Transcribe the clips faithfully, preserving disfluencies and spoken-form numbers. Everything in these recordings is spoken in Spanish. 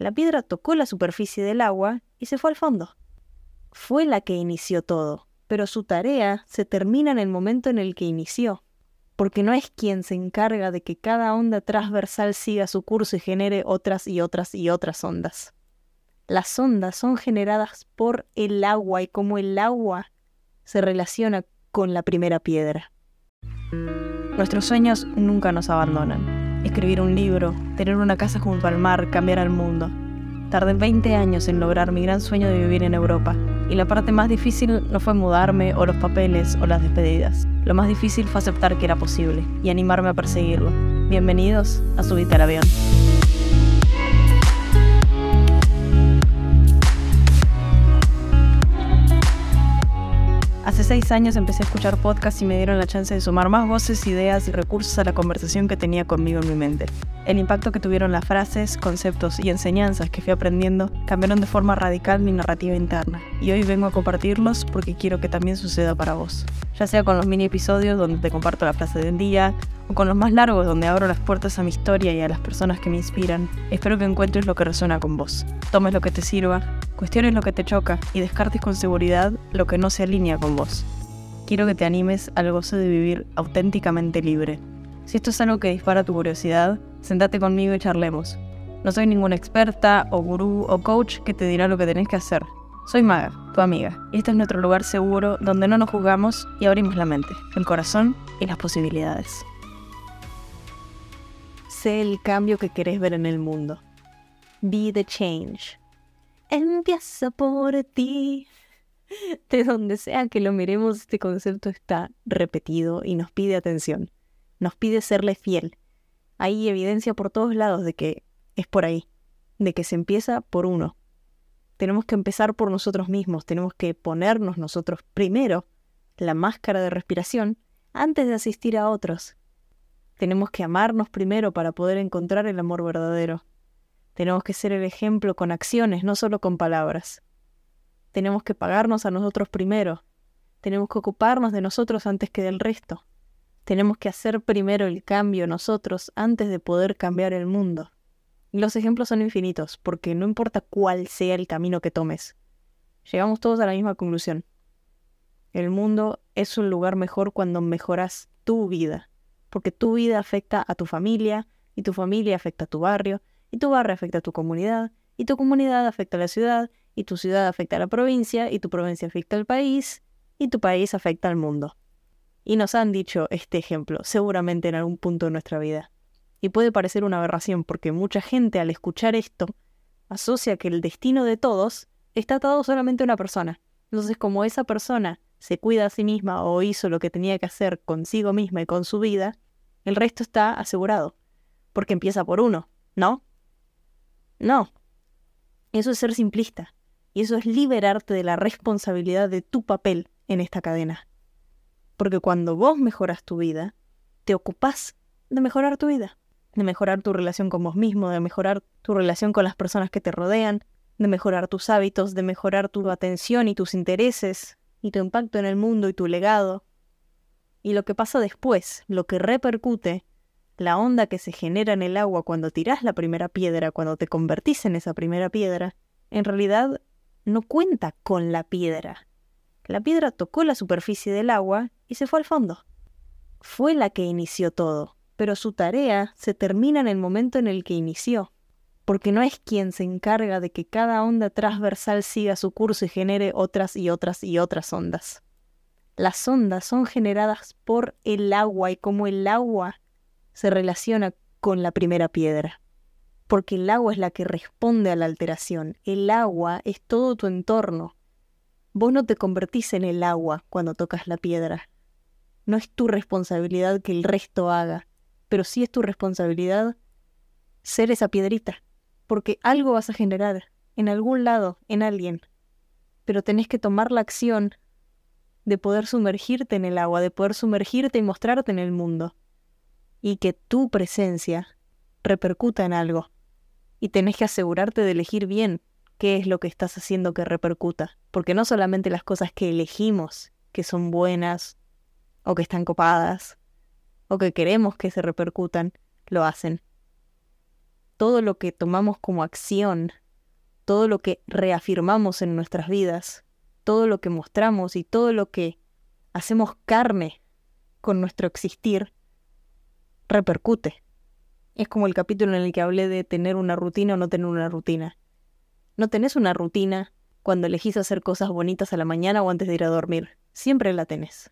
La piedra tocó la superficie del agua y se fue al fondo. Fue la que inició todo, pero su tarea se termina en el momento en el que inició, porque no es quien se encarga de que cada onda transversal siga su curso y genere otras y otras y otras ondas. Las ondas son generadas por el agua y cómo el agua se relaciona con la primera piedra. Nuestros sueños nunca nos abandonan. Escribir un libro, tener una casa junto al mar, cambiar al mundo. Tardé veinte años en lograr mi gran sueño de vivir en Europa, y la parte más difícil no fue mudarme o los papeles o las despedidas. Lo más difícil fue aceptar que era posible y animarme a perseguirlo. Bienvenidos a Subite al Avión. Hace seis años empecé a escuchar podcasts y me dieron la chance de sumar más voces, ideas y recursos a la conversación que tenía conmigo en mi mente. El impacto que tuvieron las frases, conceptos y enseñanzas que fui aprendiendo cambiaron de forma radical mi narrativa interna, y hoy vengo a compartirlos porque quiero que también suceda para vos. Ya sea con los mini episodios donde te comparto la frase del día, o con los más largos donde abro las puertas a mi historia y a las personas que me inspiran. Espero que encuentres lo que resuena con vos, tomes lo que te sirva, cuestiones lo que te choca y descartes con seguridad lo que no se alinea con vos. Quiero que te animes al gozo de vivir auténticamente libre. Si esto es algo que dispara tu curiosidad, sentate conmigo y charlemos. No soy ninguna experta o gurú o coach que te dirá lo que tenés que hacer. Soy Maga, tu amiga, y este es nuestro lugar seguro donde no nos juzgamos y abrimos la mente, el corazón y las posibilidades. Sé el cambio que querés ver en el mundo. Be the change. Empieza por ti. De donde sea que lo miremos, este concepto está repetido y nos pide atención. Nos pide serle fiel. Hay evidencia por todos lados de que es por ahí, de que se empieza por uno. Tenemos que empezar por nosotros mismos, tenemos que ponernos nosotros primero la máscara de respiración antes de asistir a otros. Tenemos que amarnos primero para poder encontrar el amor verdadero. Tenemos que ser el ejemplo con acciones, no solo con palabras. Tenemos que pagarnos a nosotros primero. Tenemos que ocuparnos de nosotros antes que del resto. Tenemos que hacer primero el cambio nosotros antes de poder cambiar el mundo. Y los ejemplos son infinitos, porque no importa cuál sea el camino que tomes. Llegamos todos a la misma conclusión. El mundo es un lugar mejor cuando mejoras tu vida, porque tu vida afecta a tu familia, y tu familia afecta a tu barrio, y tu barrio afecta a tu comunidad, y tu comunidad afecta a la ciudad, y tu ciudad afecta a la provincia, y tu provincia afecta al país, y tu país afecta al mundo. Y nos han dicho este ejemplo, seguramente en algún punto de nuestra vida. Y puede parecer una aberración, porque mucha gente al escuchar esto asocia que el destino de todos está atado solamente a una persona. Entonces, como esa persona se cuida a sí misma o hizo lo que tenía que hacer consigo misma y con su vida, el resto está asegurado, porque empieza por uno, ¿no? No. Eso es ser simplista. Y eso es liberarte de la responsabilidad de tu papel en esta cadena. Porque cuando vos mejoras tu vida, te ocupás de mejorar tu vida. De mejorar tu relación con vos mismo, de mejorar tu relación con las personas que te rodean, de mejorar tus hábitos, de mejorar tu atención y tus intereses, y tu impacto en el mundo y tu legado. Y lo que pasa después, lo que repercute, la onda que se genera en el agua cuando tirás la primera piedra, cuando te convertís en esa primera piedra, en realidad no cuenta con la piedra. La piedra tocó la superficie del agua y se fue al fondo. Fue la que inició todo, pero su tarea se termina en el momento en el que inició, porque no es quien se encarga de que cada onda transversal siga su curso y genere otras y otras y otras ondas. Las ondas son generadas por el agua y cómo el agua se relaciona con la primera piedra. Porque el agua es la que responde a la alteración. El agua es todo tu entorno. Vos no te convertís en el agua cuando tocas la piedra. No es tu responsabilidad que el resto haga, pero sí es tu responsabilidad ser esa piedrita. Porque algo vas a generar, en algún lado, en alguien. Pero tenés que tomar la acción de poder sumergirte en el agua, de poder sumergirte y mostrarte en el mundo. Y que tu presencia repercuta en algo. Y tenés que asegurarte de elegir bien qué es lo que estás haciendo que repercuta. Porque no solamente las cosas que elegimos, que son buenas, o que están copadas, o que queremos que se repercutan, lo hacen. todo lo que tomamos como acción, todo lo que reafirmamos en nuestras vidas, todo lo que mostramos y todo lo que hacemos carne con nuestro existir, repercute. Es como el capítulo en el que hablé de tener una rutina o no tener una rutina. No tenés una rutina cuando elegís hacer cosas bonitas a la mañana o antes de ir a dormir. Siempre la tenés.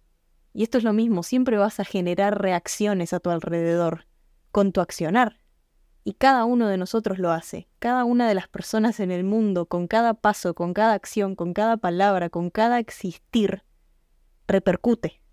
Y esto es lo mismo, siempre vas a generar reacciones a tu alrededor con tu accionar. Y cada uno de nosotros lo hace. Cada una de las personas en el mundo, con cada paso, con cada acción, con cada palabra, con cada existir, repercute.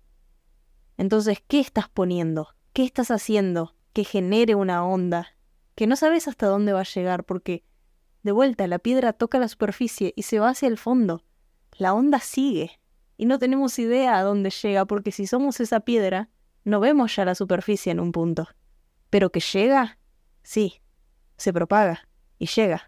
Entonces, ¿qué estás poniendo? ¿Qué estás haciendo que genere una onda que no sabes hasta dónde va a llegar? Porque, de vuelta, la piedra toca la superficie y se va hacia el fondo. La onda sigue. Y no tenemos idea a dónde llega, porque si somos esa piedra, no vemos ya la superficie en un punto. Pero que llega, sí, se propaga y llega.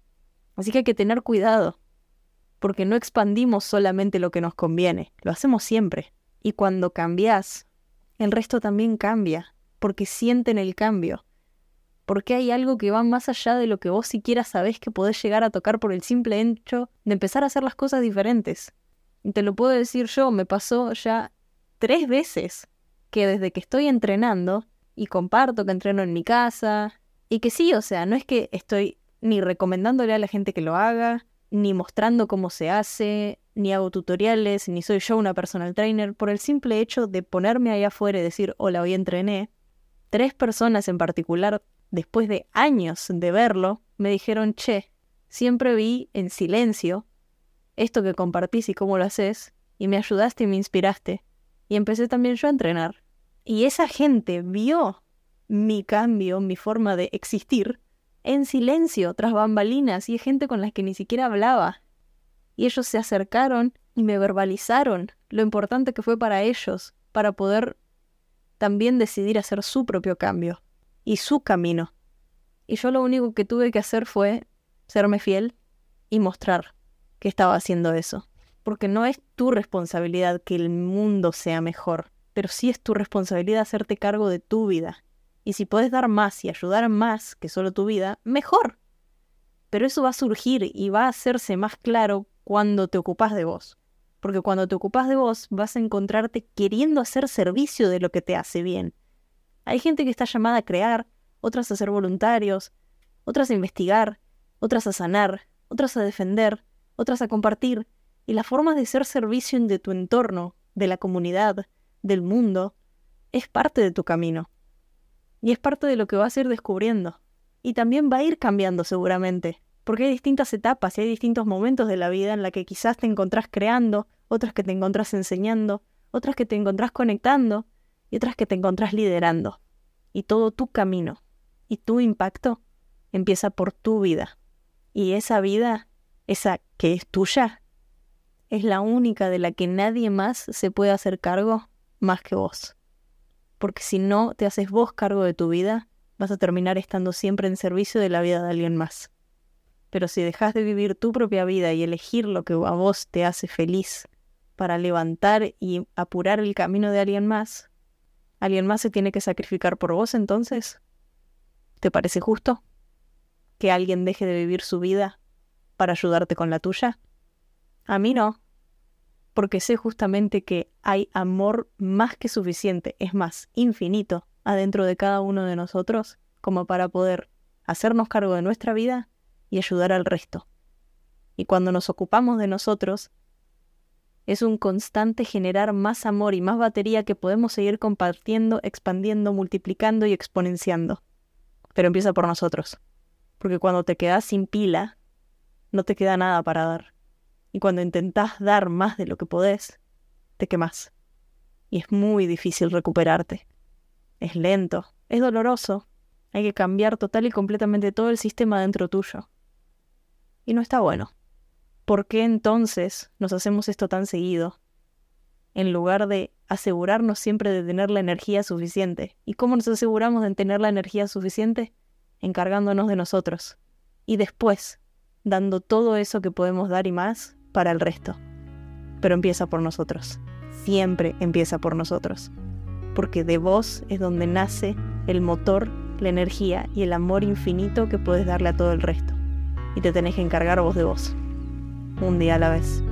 Así que hay que tener cuidado, porque no expandimos solamente lo que nos conviene, lo hacemos siempre. Y cuando cambias, el resto también cambia, porque sienten el cambio. Porque hay algo que va más allá de lo que vos siquiera sabés que podés llegar a tocar por el simple hecho de empezar a hacer las cosas diferentes. Y te lo puedo decir yo, me pasó ya tres veces que desde que estoy entrenando, y comparto que entreno en mi casa, y que sí, o sea, no es que estoy ni recomendándole a la gente que lo haga, ni mostrando cómo se hace, ni hago tutoriales, ni soy yo una personal trainer, por el simple hecho de ponerme ahí afuera y decir, hola, hoy entrené. Tres personas en particular, después de años de verlo, me dijeron, che, siempre vi en silencio esto que compartís y cómo lo haces, y me ayudaste y me inspiraste. Y empecé también yo a entrenar. Y esa gente vio mi cambio, mi forma de existir, en silencio, tras bambalinas, y es gente con la que ni siquiera hablaba. Y ellos se acercaron y me verbalizaron lo importante que fue para ellos, para poder también decidir hacer su propio cambio y su camino. Y yo lo único que tuve que hacer fue serme fiel y mostrar que estaba haciendo eso. Porque no es tu responsabilidad que el mundo sea mejor, pero sí es tu responsabilidad hacerte cargo de tu vida. Y si podés dar más y ayudar más que solo tu vida, mejor. Pero eso va a surgir y va a hacerse más claro cuando te ocupás de vos. Porque cuando te ocupás de vos, vas a encontrarte queriendo hacer servicio de lo que te hace bien. Hay gente que está llamada a crear, otras a ser voluntarios, otras a investigar, otras a sanar, otras a defender, otras a compartir. Y las formas de ser servicio de tu entorno, de la comunidad, del mundo, es parte de tu camino. Y es parte de lo que vas a ir descubriendo. Y también va a ir cambiando seguramente. Porque hay distintas etapas y hay distintos momentos de la vida en la que quizás te encontrás creando, otras que te encontrás enseñando, otras que te encontrás conectando y otras que te encontrás liderando. Y todo tu camino y tu impacto empieza por tu vida. Y esa vida, esa que es tuya, es la única de la que nadie más se puede hacer cargo más que vos. Porque si no te haces vos cargo de tu vida, vas a terminar estando siempre en servicio de la vida de alguien más. Pero si dejas de vivir tu propia vida y elegir lo que a vos te hace feliz para levantar y apurar el camino de alguien más, ¿alguien más se tiene que sacrificar por vos entonces? ¿Te parece justo que alguien deje de vivir su vida para ayudarte con la tuya? A mí no, porque sé justamente que hay amor más que suficiente, es más, infinito, adentro de cada uno de nosotros, como para poder hacernos cargo de nuestra vida y ayudar al resto. Y cuando nos ocupamos de nosotros, es un constante generar más amor y más batería que podemos seguir compartiendo, expandiendo, multiplicando y exponenciando. Pero empieza por nosotros, porque cuando te quedas sin pila, no te queda nada para dar. Y cuando intentás dar más de lo que podés, te quemás. Y es muy difícil recuperarte. Es lento, es doloroso. Hay que cambiar total y completamente todo el sistema dentro tuyo. Y no está bueno. ¿Por qué entonces nos hacemos esto tan seguido? En lugar de asegurarnos siempre de tener la energía suficiente. ¿Y cómo nos aseguramos de tener la energía suficiente? Encargándonos de nosotros. Y después, dando todo eso que podemos dar y más para el resto. Pero empieza por nosotros. Siempre empieza por nosotros. Porque de vos es donde nace el motor la energía y el amor infinito que puedes darle a todo el resto. Y te tenés que encargar vos de vos. Un día a la vez.